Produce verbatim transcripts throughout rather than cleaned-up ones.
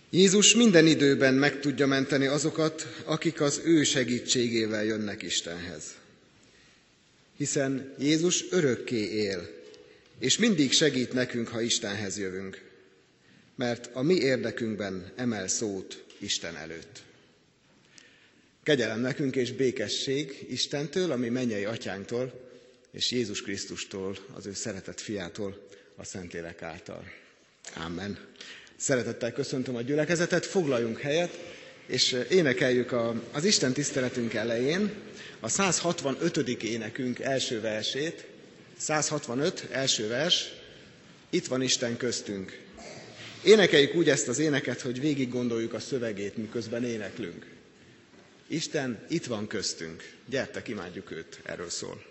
Jézus minden időben meg tudja menteni azokat, akik az ő segítségével jönnek Istenhez. Hiszen Jézus örökké él, és mindig segít nekünk, ha Istenhez jövünk, mert a mi érdekünkben emel szót Isten előtt. Kegyelem nekünk és békesség Istentől, ami mennyei atyánktól, és Jézus Krisztustól, az ő szeretett fiától, a Szentlélek által. Amen. Szeretettel köszöntöm a gyülekezetet, foglaljunk helyet, és énekeljük a, az Isten tiszteletünk elején a száz hatvanötödik énekünk első versét. száz hatvanöt, első vers, itt van Isten köztünk. Énekeljük úgy ezt az éneket, hogy végig gondoljuk a szövegét, miközben éneklünk. Isten itt van köztünk. Gyertek, imádjuk őt, erről szól.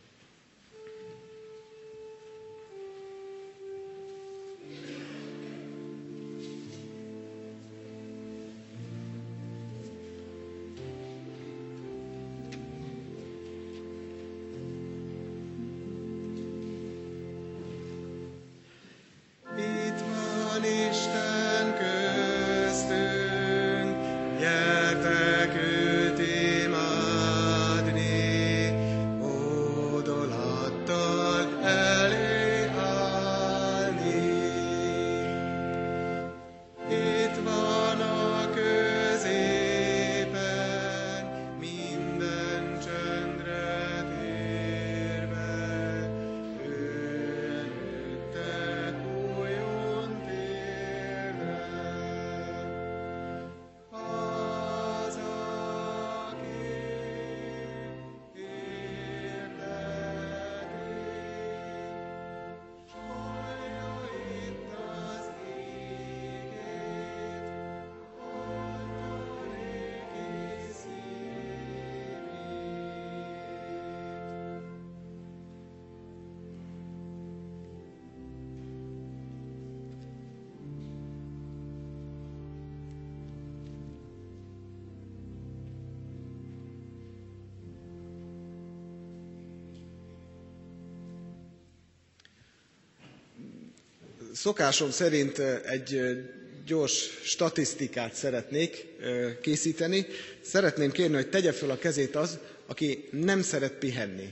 Szokásom szerint egy gyors statisztikát szeretnék készíteni. Szeretném kérni, hogy tegye föl a kezét az, aki nem szeret pihenni.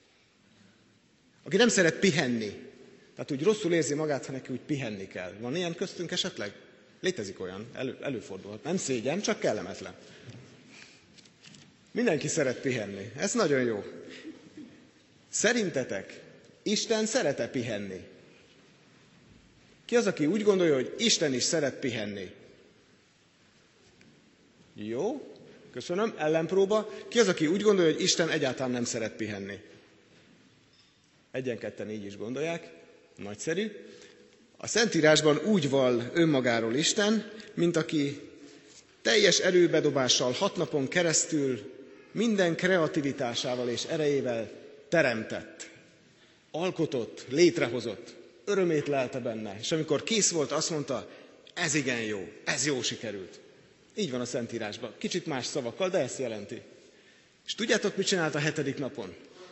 Aki nem szeret pihenni. Tehát úgy rosszul érzi magát, ha neki úgy pihenni kell. Van ilyen köztünk esetleg? Létezik olyan, elő, előfordulhat. Nem szégyen, csak kellemetlen. Mindenki szeret pihenni. Ez nagyon jó. Szerintetek Isten szeret-e pihenni? Ki az, aki úgy gondolja, hogy Isten is szeret pihenni? Jó, köszönöm, ellenpróba. Ki az, aki úgy gondolja, hogy Isten egyáltalán nem szeret pihenni? Egyen-ketten így is gondolják. Nagyszerű. A Szentírásban úgy vall önmagáról Isten, mint aki teljes erőbedobással hat napon keresztül minden kreativitásával és erejével teremtett, alkotott, létrehozott. Örömét lelte benne, és amikor kész volt, azt mondta, ez igen jó, ez jó sikerült. Így van a Szentírásban, kicsit más szavakkal, de ezt jelenti. És tudjátok, mit csinált a hetedik napon?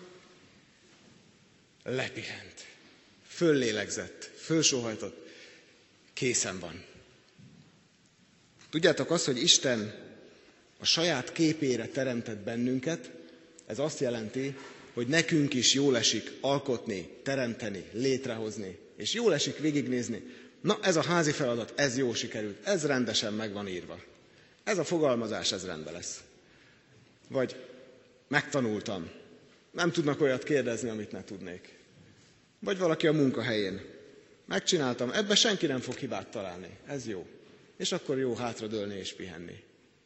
Lepihent, föllélegzett, fölsóhajtott, készen van. Tudjátok azt, hogy Isten a saját képére teremtett bennünket, ez azt jelenti, hogy nekünk is jól esik alkotni, teremteni, létrehozni, és jól esik végignézni. Na, ez a házi feladat, ez jó sikerült, ez rendesen meg van írva. Ez a fogalmazás, ez rendben lesz. Vagy megtanultam, nem tudnak olyat kérdezni, amit ne tudnék. Vagy valaki a munkahelyén. Megcsináltam, ebbe senki nem fog hibát találni, ez jó. És akkor jó hátradőlni és pihenni.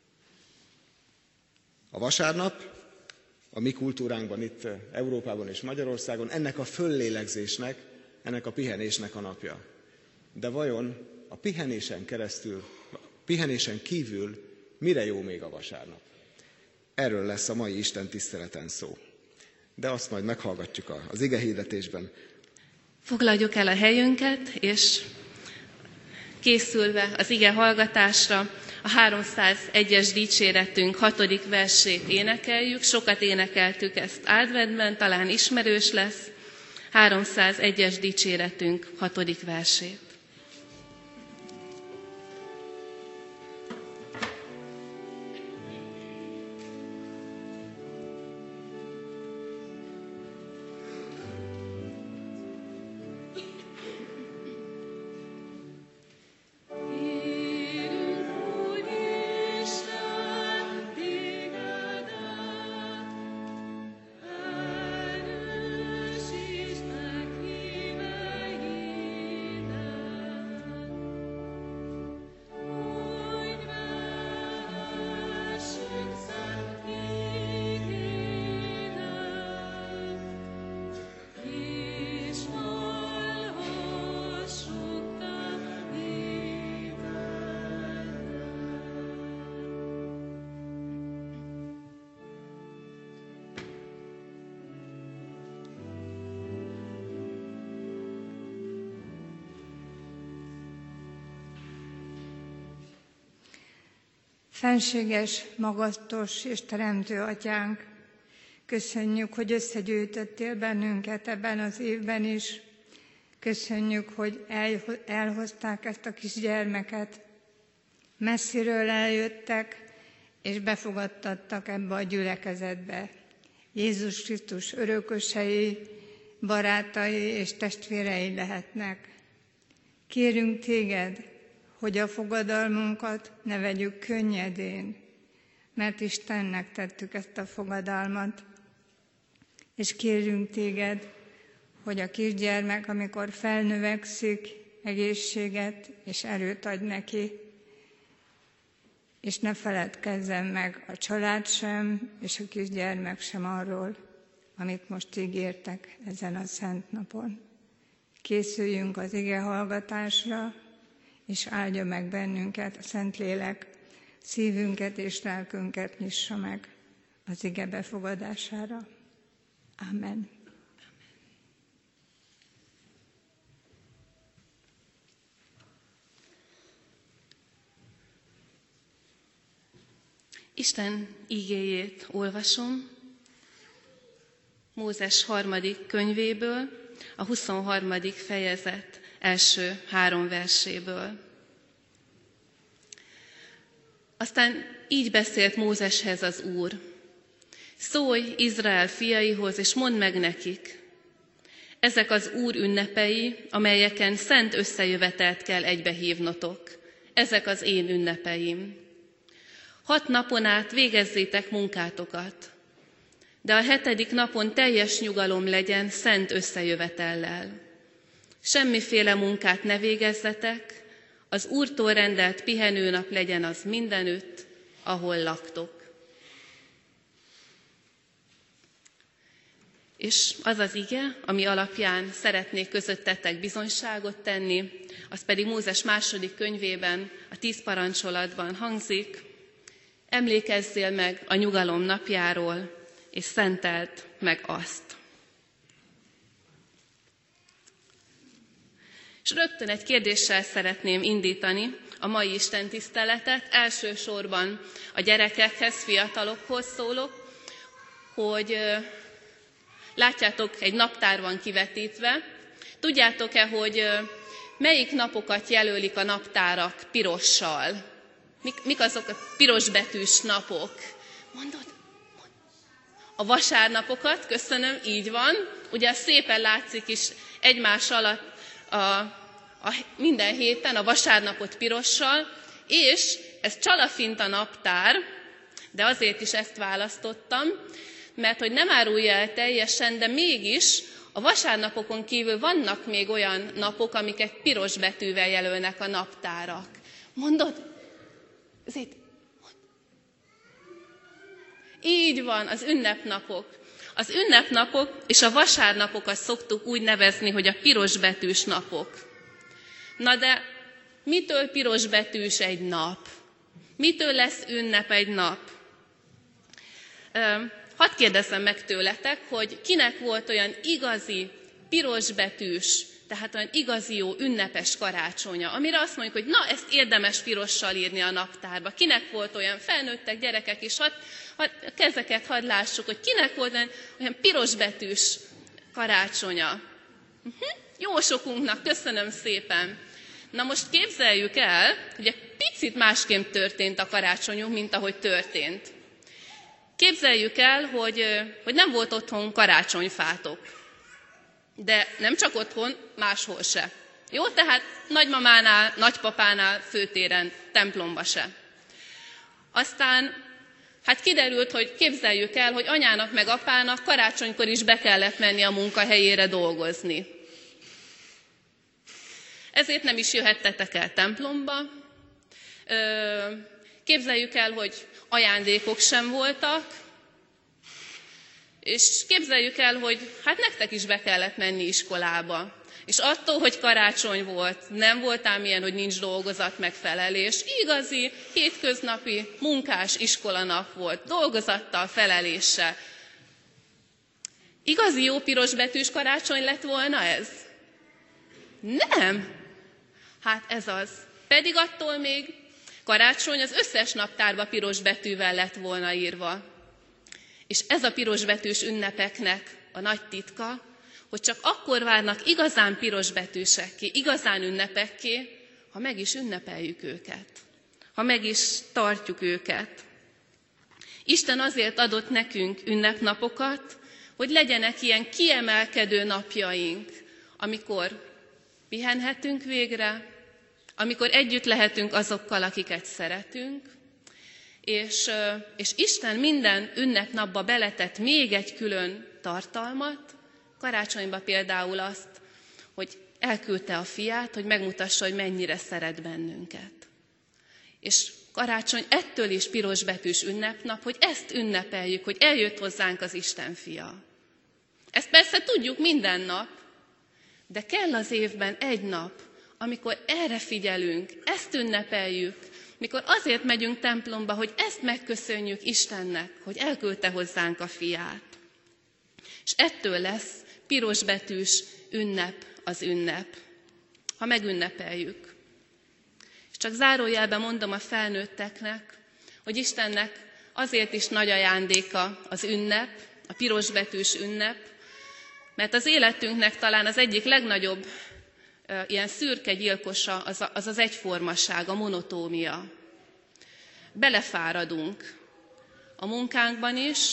A vasárnap, a mi kultúránkban itt Európában és Magyarországon ennek a föllélegzésnek, ennek a pihenésnek a napja. De vajon a pihenésen keresztül, a pihenésen kívül mire jó még a vasárnap? Erről lesz a mai Isten tiszteleten szó. De azt majd meghallgatjuk az igehirdetésben. Foglaljuk el a helyünket, és készülve az ige hallgatásra a háromszázegyes dicséretünk hatodik versét énekeljük. Sokat énekeltük ezt adventben, talán ismerős lesz. háromszázegyes dicséretünk hatodik versét. Fenséges, magasztos és teremtő atyánk, köszönjük, hogy összegyűjtöttél bennünket ebben az évben is. Köszönjük, hogy elhozták ezt a kisgyermeket. Messziről eljöttek, és befogadtattak ebbe a gyülekezetbe. Jézus Krisztus örökösei, barátai és testvérei lehetnek. Kérünk téged, hogy a fogadalmunkat ne vegyük könnyedén, mert Istennek tettük ezt a fogadalmat. És kérünk téged, hogy a kisgyermek, amikor felnövekszik, egészséget és erőt adj neki, és ne feledkezzen meg a család sem, és a kisgyermek sem arról, amit most ígértek ezen a szent napon. Készüljünk az ige hallgatásra, és áldja meg bennünket a Szentlélek, szívünket és lelkünket nyissa meg az ige befogadására. Amen. Isten igéjét olvasom Mózes harmadik könyvéből, a huszonharmadik fejezet első három verséből. Aztán így beszélt Mózeshez az Úr: Szólj Izrael fiaihoz, és mondd meg nekik, ezek az Úr ünnepei, amelyeken szent összejövetelt kell egybehívnotok. Ezek az én ünnepeim. Hat napon át végezzétek munkátokat, de a hetedik napon teljes nyugalom legyen szent összejövetellel. Semmiféle munkát ne végezzetek, az Úrtól rendelt pihenőnap legyen az mindenütt, ahol laktok. És az az ige, ami alapján szeretnék közöttetek bizonyságot tenni, az pedig Mózes második könyvében, a tíz parancsolatban hangzik: emlékezzél meg a nyugalom napjáról, és szenteld meg azt. És rögtön egy kérdéssel szeretném indítani a mai istentiszteletet. Elsősorban a gyerekekhez, fiatalokhoz szólok, hogy látjátok, egy naptár van kivetítve. Tudjátok-e, hogy melyik napokat jelölik a naptárak pirossal? Mik, mik azok a pirosbetűs napok? Mondod? A vasárnapokat, köszönöm, így van. Ugye szépen látszik is egymás alatt a, a minden héten a vasárnapot pirossal, és ez csalafint a naptár, de azért is ezt választottam, mert hogy nem árulja el teljesen, de mégis a vasárnapokon kívül vannak még olyan napok, amiket piros betűvel jelölnek a naptárak. Mondod? Zét. Így van, az ünnepnapok. Az ünnepnapok és a vasárnapokat szoktuk úgy nevezni, hogy a pirosbetűs napok. Na de mitől pirosbetűs egy nap? Mitől lesz ünnep egy nap? Hadd kérdezzem meg tőletek, hogy kinek volt olyan igazi, pirosbetűs, tehát olyan igazi jó ünnepes karácsonya, amire azt mondjuk, hogy na, ezt érdemes pirossal írni a naptárba. Kinek volt olyan, felnőttek, gyerekek is, hadd, hadd, kezeket hadd lássuk, hogy kinek volt olyan, olyan pirosbetűs karácsonya. Uh-huh. Jó sokunknak, köszönöm szépen. Na most képzeljük el, hogy egy picit másképp történt a karácsonyunk, mint ahogy történt. Képzeljük el, hogy, hogy nem volt otthon karácsonyfátok. De nem csak otthon, máshol se. Jó, tehát nagymamánál, nagypapánál, főtéren, templomba se. Aztán hát kiderült, hogy képzeljük el, hogy anyának meg apának karácsonykor is be kellett menni a munkahelyére dolgozni. Ezért nem is jöhettetek el templomba. Képzeljük el, hogy ajándékok sem voltak, és képzeljük el, hogy hát nektek is be kellett menni iskolába. És attól, hogy karácsony volt, nem voltál ilyen, hogy nincs dolgozat megfelelés. Igazi, hétköznapi, munkás iskolanap volt, dolgozattal, feleléssel. Igazi jó pirosbetűs karácsony lett volna ez? Nem. Hát ez az. Pedig attól még Karácsony az összes naptárba piros betűvel lett volna írva. És ez a pirosbetűs ünnepeknek a nagy titka, hogy csak akkor válnak igazán pirosbetűsekké, igazán ünnepekké, ha meg is ünnepeljük őket, ha meg is tartjuk őket. Isten azért adott nekünk ünnepnapokat, hogy legyenek ilyen kiemelkedő napjaink, amikor pihenhetünk végre, amikor együtt lehetünk azokkal, akiket szeretünk, és, és Isten minden ünnepnapba beletett még egy külön tartalmat, karácsonyba például azt, hogy elküldte a fiát, hogy megmutassa, hogy mennyire szeret bennünket. És karácsony ettől is pirosbetűs ünnepnap, hogy ezt ünnepeljük, hogy eljött hozzánk az Isten fia. Ezt persze tudjuk minden nap, de kell az évben egy nap, amikor erre figyelünk, ezt ünnepeljük, mikor azért megyünk templomba, hogy ezt megköszönjük Istennek, hogy elküldte hozzánk a fiát. És ettől lesz pirosbetűs ünnep az ünnep, ha megünnepeljük. És csak zárójelben mondom a felnőtteknek, hogy Istennek azért is nagy ajándéka az ünnep, a pirosbetűs ünnep, mert az életünknek talán az egyik legnagyobb uh, ilyen szürke gyilkosa az, az az egyformaság, a monotómia. Belefáradunk a munkánkban is,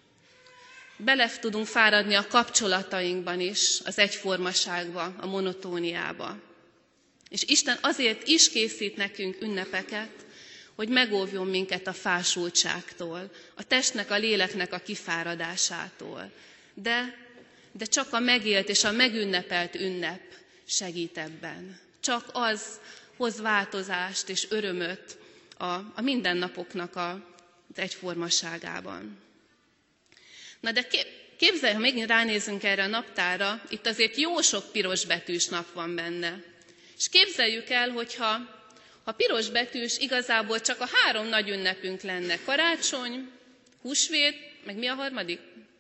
bele tudunk fáradni a kapcsolatainkban is, az egyformaságba, a monotóniába. És Isten azért is készít nekünk ünnepeket, hogy megóvjon minket a fásultságtól, a testnek, a léleknek a kifáradásától. De, de csak a megélt és a megünnepelt ünnep segít ebben. Csak az hoz változást és örömöt a, a mindennapoknak a, az egyformaságában. Na de képzelj, ha még ránézünk erre a naptárra, itt azért jó sok pirosbetűs nap van benne. És képzeljük el, hogyha ha pirosbetűs igazából csak a három nagy ünnepünk lenne. Karácsony, húsvét, meg mi a harmadik?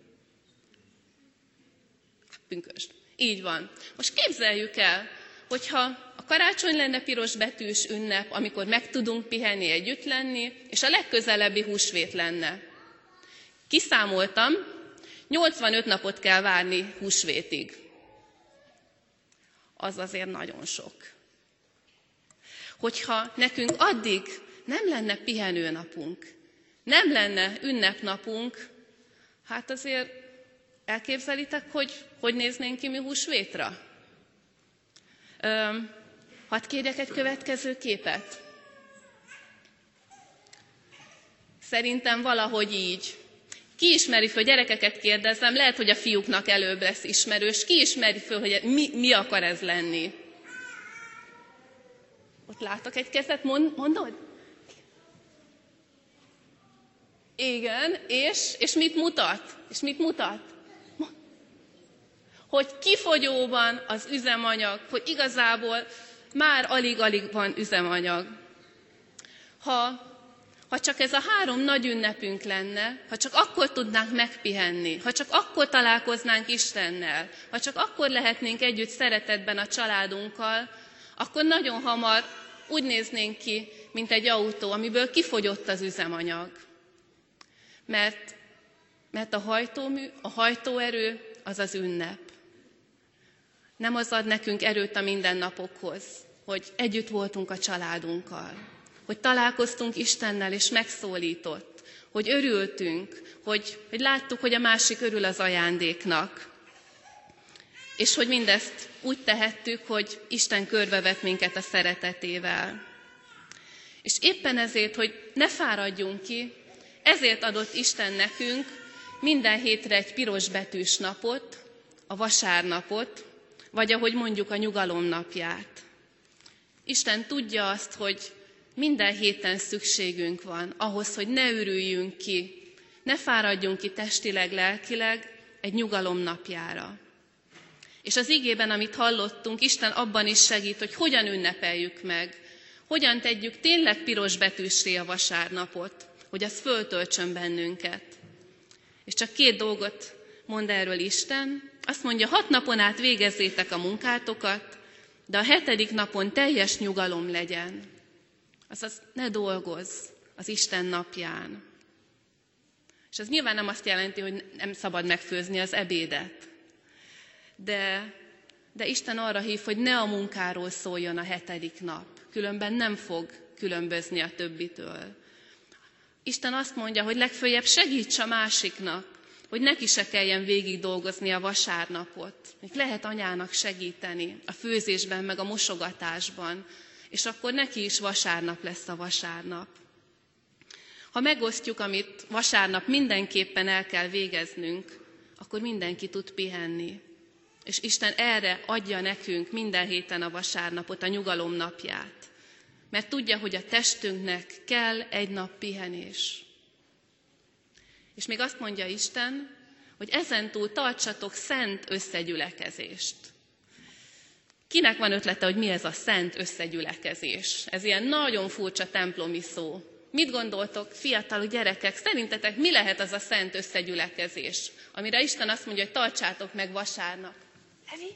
Pünkösd. Így van. Most képzeljük el, hogyha a karácsony lenne pirosbetűs ünnep, amikor meg tudunk pihenni, együtt lenni, és a legközelebbi húsvét lenne. Kiszámoltam, nyolcvanöt napot kell várni húsvétig. Az azért nagyon sok. Hogyha nekünk addig nem lenne pihenőnapunk, nem lenne ünnepnapunk, hát azért elképzelitek, hogy hogy néznénk ki mi húsvétra? Öm, hadd kérjek egy következő képet. Szerintem valahogy így. Ki ismeri föl, gyerekeket kérdezem, lehet, hogy a fiúknak előbb lesz ismerős, ki ismeri föl, hogy mi, mi akar ez lenni? Ott látok egy kezet, mond, mondod? Igen, és, és mit mutat? És mit mutat? Hogy kifogyóban az üzemanyag, hogy igazából már alig-alig van üzemanyag. Ha Ha csak ez a három nagy ünnepünk lenne, ha csak akkor tudnánk megpihenni, ha csak akkor találkoznánk Istennel, ha csak akkor lehetnénk együtt szeretetben a családunkkal, akkor nagyon hamar úgy néznénk ki, mint egy autó, amiből kifogyott az üzemanyag. Mert, mert a hajtómű, a hajtóerő az az ünnep. Nem az ad nekünk erőt a mindennapokhoz, hogy együtt voltunk a családunkkal, hogy találkoztunk Istennel, és megszólított, hogy örültünk, hogy, hogy láttuk, hogy a másik örül az ajándéknak, és hogy mindezt úgy tehettük, hogy Isten körbevett minket a szeretetével. És éppen ezért, hogy ne fáradjunk ki, ezért adott Isten nekünk minden hétre egy pirosbetűs napot, a vasárnapot, vagy ahogy mondjuk a nyugalom napját. Isten tudja azt, hogy minden héten szükségünk van ahhoz, hogy ne ürüljünk ki, ne fáradjunk ki testileg, lelkileg egy nyugalom napjára. És az igében, amit hallottunk, Isten abban is segít, hogy hogyan ünnepeljük meg, hogyan tegyük tényleg pirosbetűssé a vasárnapot, hogy az föltöltsön bennünket. És csak két dolgot mond erről Isten. Azt mondja, hat napon át végezzétek a munkátokat, de a hetedik napon teljes nyugalom legyen. azaz ne dolgozz az Isten napján. És ez nyilván nem azt jelenti, hogy nem szabad megfőzni az ebédet. De, de Isten arra hív, hogy ne a munkáról szóljon a hetedik nap, különben nem fog különbözni a többitől. Isten azt mondja, hogy legföljebb segíts a másiknak, hogy neki se kelljen végig dolgozni a vasárnapot. Még lehet anyának segíteni a főzésben, meg a mosogatásban, és akkor neki is vasárnap lesz a vasárnap. Ha megosztjuk, amit vasárnap mindenképpen el kell végeznünk, akkor mindenki tud pihenni. És Isten erre adja nekünk minden héten a vasárnapot, a nyugalom napját. Mert tudja, hogy a testünknek kell egy nap pihenés. És még azt mondja Isten, hogy ezentúl tartsatok szent összegyülekezést. Kinek van ötlete, hogy mi ez a szent összegyülekezés? Ez ilyen nagyon furcsa templomi szó. Mit gondoltok, fiatal gyerekek, szerintetek mi lehet az a szent összegyülekezés, amire Isten azt mondja, hogy tartsátok meg vasárnap? Evi?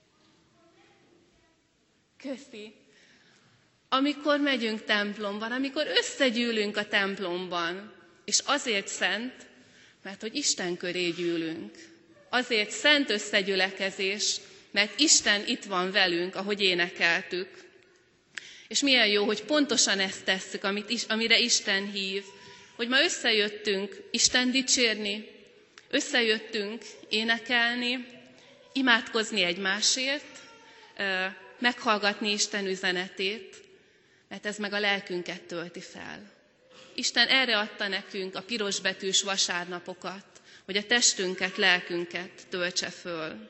Köszi. Amikor megyünk templomban, amikor összegyűlünk a templomban, és azért szent, mert hogy Isten köré gyűlünk. Azért szent összegyülekezés, mert Isten itt van velünk, ahogy énekeltük. És milyen jó, hogy pontosan ezt tesszük, amit, amire Isten hív, hogy ma összejöttünk Isten dicsérni, összejöttünk énekelni, imádkozni egymásért, meghallgatni Isten üzenetét, mert ez meg a lelkünket tölti fel. Isten erre adta nekünk a pirosbetűs vasárnapokat, hogy a testünket, lelkünket töltse föl.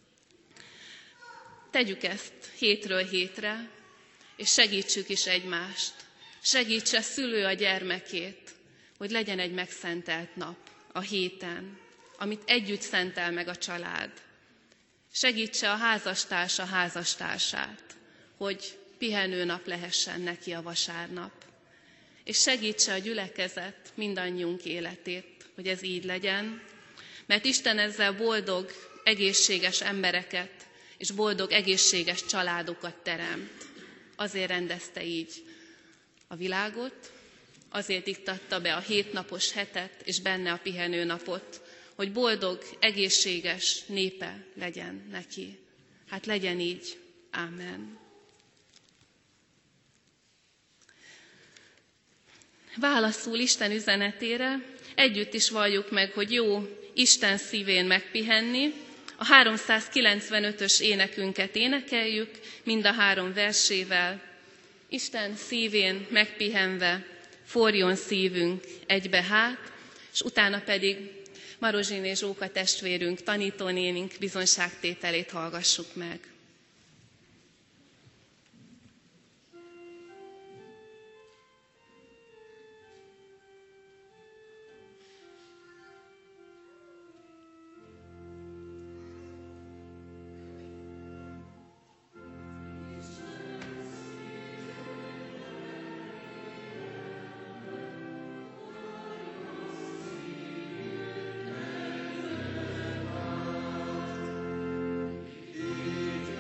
Tegyük ezt hétről hétre, és segítsük is egymást. Segítse szülő a gyermekét, hogy legyen egy megszentelt nap a héten, amit együtt szentel meg a család. Segítse a házastárs a házastársát, hogy pihenőnap lehessen neki a vasárnap. És segítse a gyülekezet mindannyiunk életét, hogy ez így legyen, mert Isten ezzel boldog, egészséges embereket és boldog, egészséges családokat teremt. Azért rendezte így a világot, azért iktatta be a hétnapos hetet és benne a pihenőnapot, hogy boldog, egészséges népe legyen neki. Hát legyen így. Ámen. Válaszul Isten üzenetére együtt is valljuk meg, hogy jó Isten szívén megpihenni. A háromszázkilencvenötös énekünket énekeljük, mind a három versével. Isten szívén megpihenve forjon szívünk egybe hát, és utána pedig Marozsin és Zsóka testvérünk, tanítónénink bizonyságtételét hallgassuk meg. It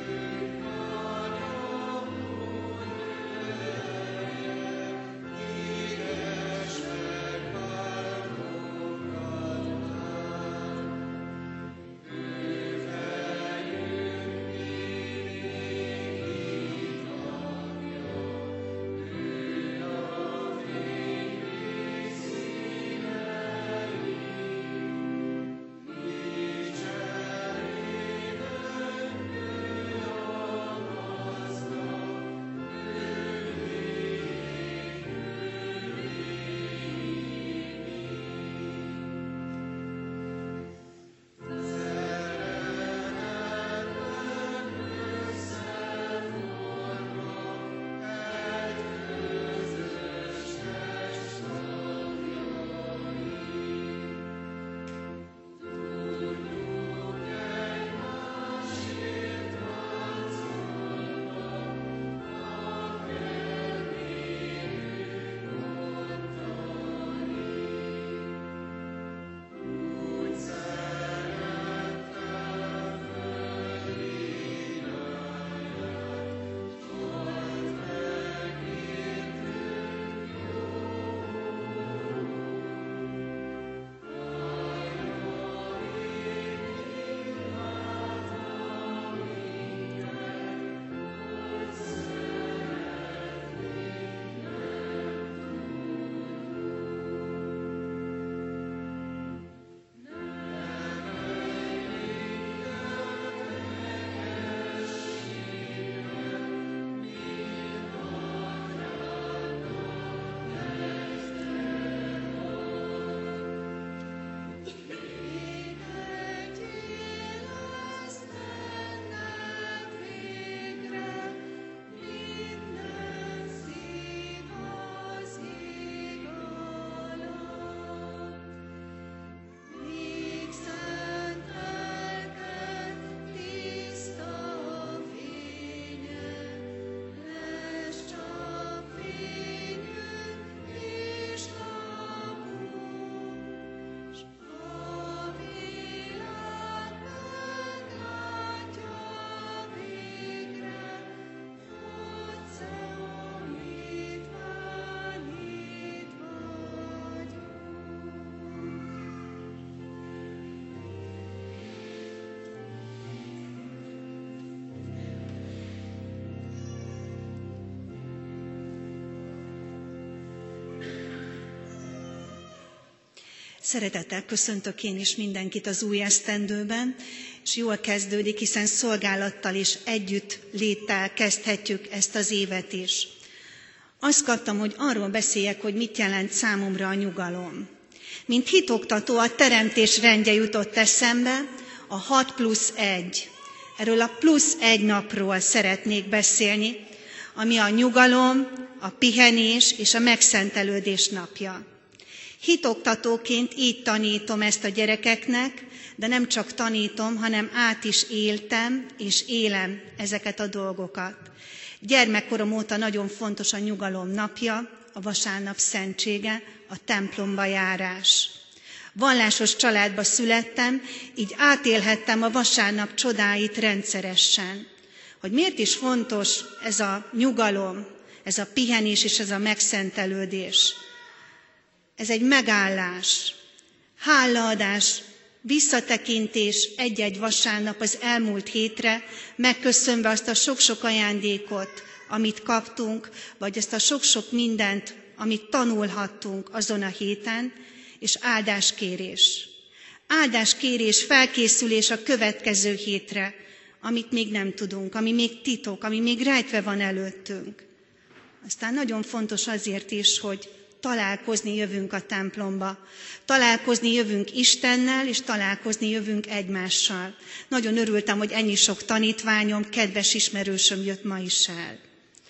Szeretettel köszöntök én is mindenkit az új esztendőben, és jól kezdődik, hiszen szolgálattal és együtt léttel kezdhetjük ezt az évet is. Azt kaptam, hogy arról beszéljek, hogy mit jelent számomra a nyugalom. Mint hitoktató, a teremtés rendje jutott eszembe, a hat plusz egy. Erről a plusz egy napról szeretnék beszélni, ami a nyugalom, a pihenés és a megszentelődés napja. Hitoktatóként így tanítom ezt a gyerekeknek, de nem csak tanítom, hanem át is éltem és élem ezeket a dolgokat. Gyermekkorom óta nagyon fontos a nyugalom napja, a vasárnap szentsége, a templomba járás. Vallásos családba születtem, így átélhettem a vasárnap csodáit rendszeresen. Hogy miért is fontos ez a nyugalom, ez a pihenés és ez a megszentelődés. Ez egy megállás, hálaadás, visszatekintés egy-egy vasárnap az elmúlt hétre, megköszönve azt a sok-sok ajándékot, amit kaptunk, vagy azt a sok-sok mindent, amit tanulhattunk azon a héten, és áldáskérés. Áldáskérés, felkészülés a következő hétre, amit még nem tudunk, ami még titok, ami még rejtve van előttünk. Aztán nagyon fontos azért is, hogy találkozni jövünk a templomba. Találkozni jövünk Istennel, és találkozni jövünk egymással. Nagyon örültem, hogy ennyi sok tanítványom, kedves ismerősöm jött ma is el.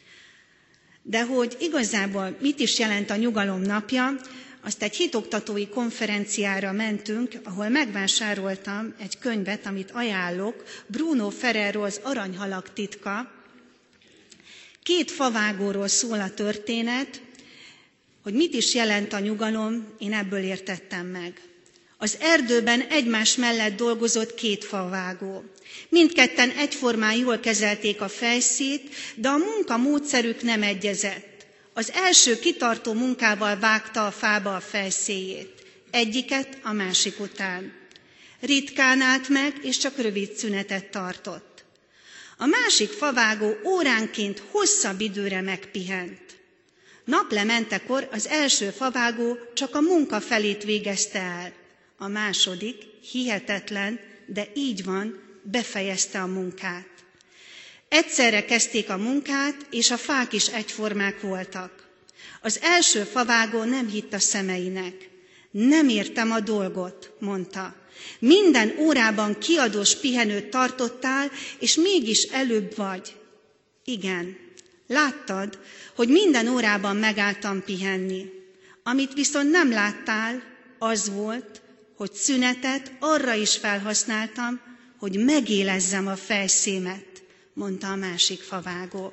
De hogy igazából mit is jelent a nyugalom napja, azt egy hitoktatói konferenciára mentünk, ahol megvásároltam egy könyvet, amit ajánlok, Bruno Ferrero, az Aranyhalak titka. Két favágóról szól a történet, hogy mit is jelent a nyugalom, én ebből értettem meg. Az erdőben egymás mellett dolgozott két favágó. Mindketten egyformán jól kezelték a fejszét, de a munkamódszerük nem egyezett. Az első kitartó munkával vágta a fába a fejszéjét, egyiket a másik után. Ritkán állt meg, és csak rövid szünetet tartott. A másik favágó óránként hosszabb időre megpihent. Naplementekor az első favágó csak a munka felét végezte el. A második, hihetetlen, de így van, befejezte a munkát. Egyszerre kezdték a munkát, és a fák is egyformák voltak. Az első favágó nem hitt a szemeinek. Nem értem a dolgot, mondta. Minden órában kiadós pihenőt tartottál, és mégis előbb vagy. Igen, láttad, hogy minden órában megálltam pihenni. Amit viszont nem láttál, az volt, hogy szünetet arra is felhasználtam, hogy megélezzem a fejszémet, mondta a másik favágó.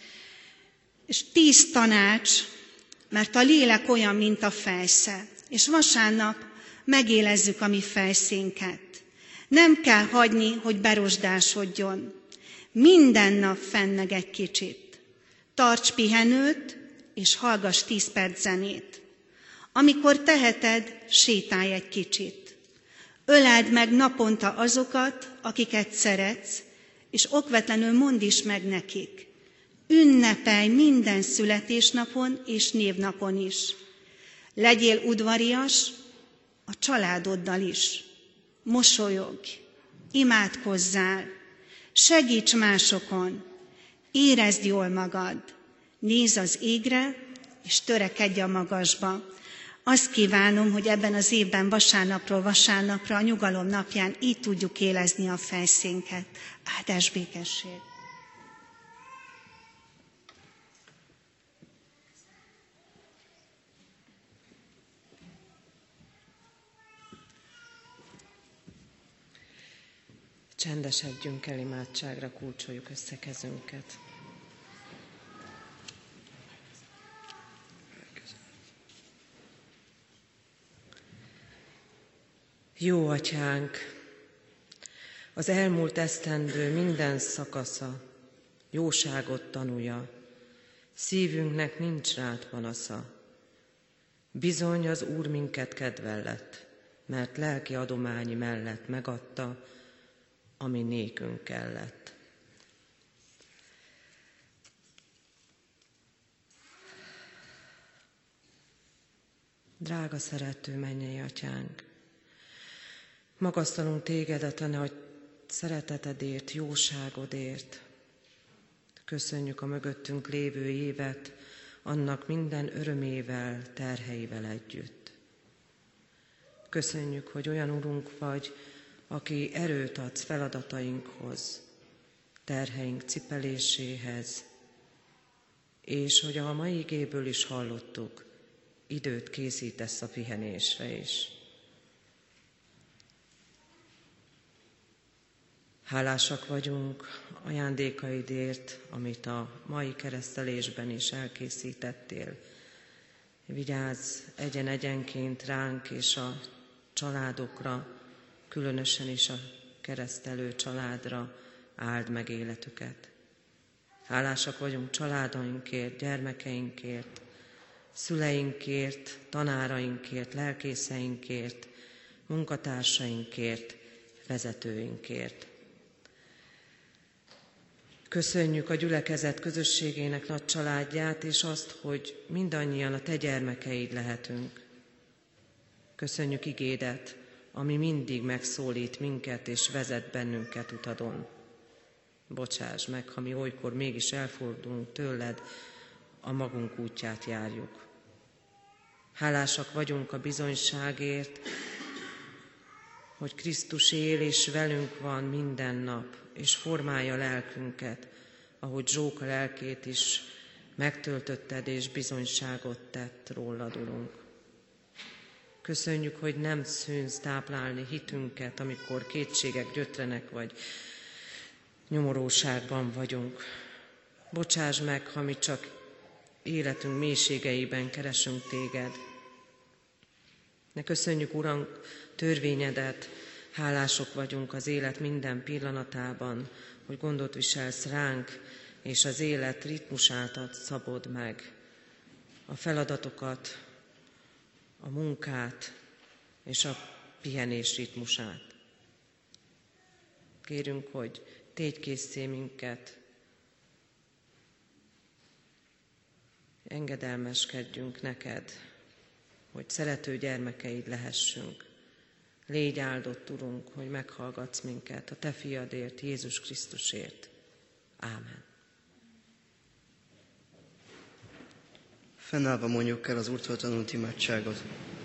És tíz tanács, mert a lélek olyan, mint a fejsze, és vasárnap megélezzük a mi fejszénket. Nem kell hagyni, hogy berosdásodjon. Minden nap fenneg egy kicsit. Tarts pihenőt, és hallgass tíz perc zenét. Amikor teheted, sétálj egy kicsit. Öleld meg naponta azokat, akiket szeretsz, és okvetlenül mondd is meg nekik. Ünnepelj minden születésnapon és névnapon is. Legyél udvarias a családoddal is. Mosolyogj, imádkozzál, segíts másokon, érezd jól magad, nézz az égre, és törekedj a magasba. Azt kívánom, hogy ebben az évben vasárnapról vasárnapra, a nyugalom napján így tudjuk élezni a fejszénket. Áldás békesség! Csendesedjünk el imádságra, kulcsoljuk össze kezünket. Jó Atyánk, az elmúlt esztendő minden szakasza jóságot tanúja, szívünknek nincs rád panasza. Bizony az Úr minket kedvellett, mert lelki adományi mellett megadta, ami nékünk kellett. Drága szerető mennyei Atyánk, magasztalunk Tégedet, hogy szeretetedért, jóságodért. Köszönjük a mögöttünk lévő évet, annak minden örömével, terheivel együtt. Köszönjük, hogy olyan Urunk vagy, aki erőt adsz feladatainkhoz, terheink cipeléséhez, és hogy a mai igéből is hallottuk, időt készítesz a pihenésre is. Hálásak vagyunk ajándékaidért, amit a mai keresztelésben is elkészítettél. Vigyázz egyen-egyenként ránk és a családokra, különösen is a keresztelő családra, áld meg életüket. Hálásak vagyunk családainkért, gyermekeinkért, szüleinkért, tanárainkért, lelkészeinkért, munkatársainkért, vezetőinkért. Köszönjük a gyülekezet közösségének nagy családját, és azt, hogy mindannyian a te gyermekeid lehetünk. Köszönjük igédet, ami mindig megszólít minket és vezet bennünket utadon. Bocsáss meg, ha mi olykor mégis elfordulunk tőled, a magunk útját járjuk. Hálásak vagyunk a bizonyságért, hogy Krisztus él és velünk van minden nap, és formálja lelkünket, ahogy Zsóka lelkét is megtöltötted és bizonyságot tett rólad, Urunk. Köszönjük, hogy nem szűnsz táplálni hitünket, amikor kétségek gyötrenek, vagy nyomoróságban vagyunk. Bocsáss meg, ha mi csak életünk mélységeiben keresünk téged. Ne köszönjük, Uram, törvényedet, hálások vagyunk az élet minden pillanatában, hogy gondot viselsz ránk, és az élet ritmusát szabod meg. A feladatokat, a munkát és a pihenés ritmusát. Kérünk, hogy tégy késszé minket, engedelmeskedjünk neked, hogy szerető gyermekeid lehessünk. Légy áldott, Urunk, hogy meghallgatsz minket a te fiadért, Jézus Krisztusért. Ámen. Fennállva mondjuk el az Úrtól tanult imádságot.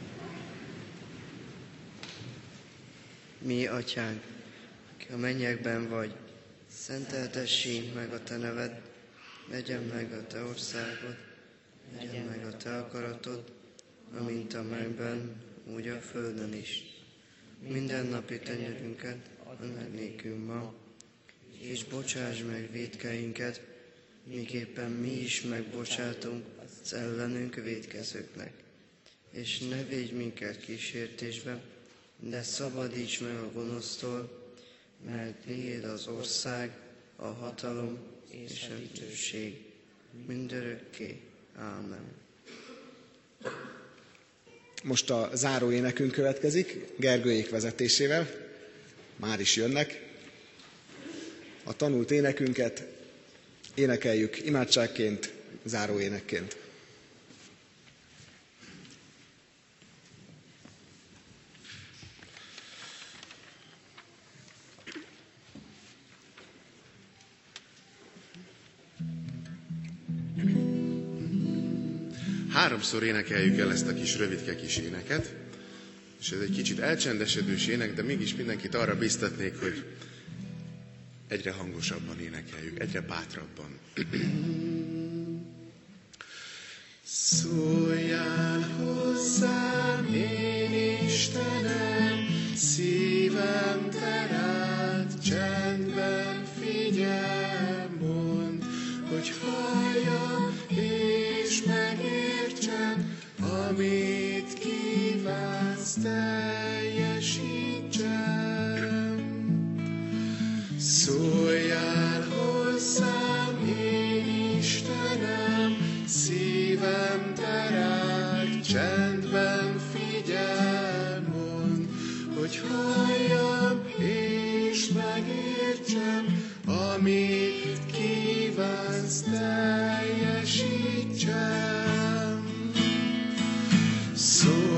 Mi, Atyánk, aki a mennyekben vagy, szenteltessék meg a te neved, legyen meg a te országod, legyen meg a te akaratod, amint a mennyben, úgy a földön is. Minden napi tenyerünket add meg nékünk ma, és bocsáss meg vétkeinket, miképpen mi is megbocsátunk az ellenünk vétkezőknek. És ne védj minket kísértésbe, de szabadíts meg a gonosztól, mert tiéd az ország, a hatalom és a dicsőség mindörökké. Ámen. Most a záró énekünk következik, Gergőék vezetésével. Már is jönnek. A tanult énekünket énekeljük imádságként, záró énekként. Háromszor énekeljük el ezt a kis rövidke kis éneket, és ez egy kicsit elcsendesedős ének, de mégis mindenkit arra biztatnék, hogy egyre hangosabban énekeljük, egyre bátrabban. Szóljál hozzám, én Istenem, szívem te rád, csendben figyelj, mondd, hogy halljam és megértsem, amit kívánsz, teljesítsem. Szóljál hozzám, én Istenem, szívem te rád, csendben figyelj, mondd, hogy halljam és megértsem, amit kívánsz, teljesítsem. Szó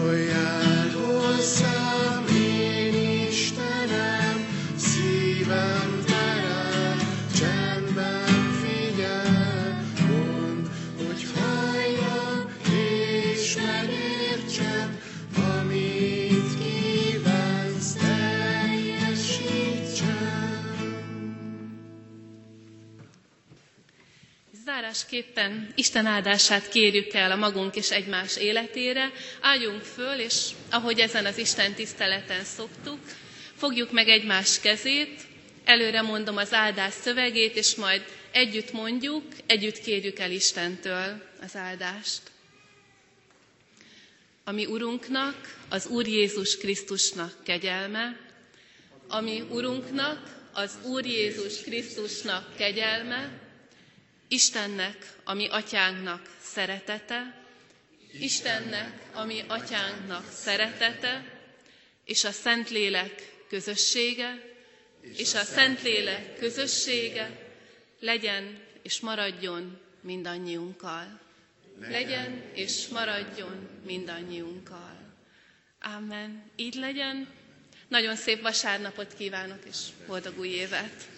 zárásképpen Isten áldását kérjük el a magunk és egymás életére. Álljunk föl, és ahogy ezen az Isten tiszteleten szoktuk, fogjuk meg egymás kezét, előre mondom az áldás szövegét, és majd együtt mondjuk, együtt kérjük el Istentől az áldást. A mi Urunknak, az Úr Jézus Krisztusnak kegyelme, a mi Urunknak, az Úr Jézus Krisztusnak kegyelme, Istennek, a mi Atyánknak szeretete, Istennek, a mi Atyánknak szeretete, és a Szentlélek közössége, és a Szentlélek közössége legyen és maradjon mindannyiunkkal. Legyen és maradjon mindannyiunkkal. Ámen. Így legyen. Nagyon szép vasárnapot kívánok, és boldog új évet!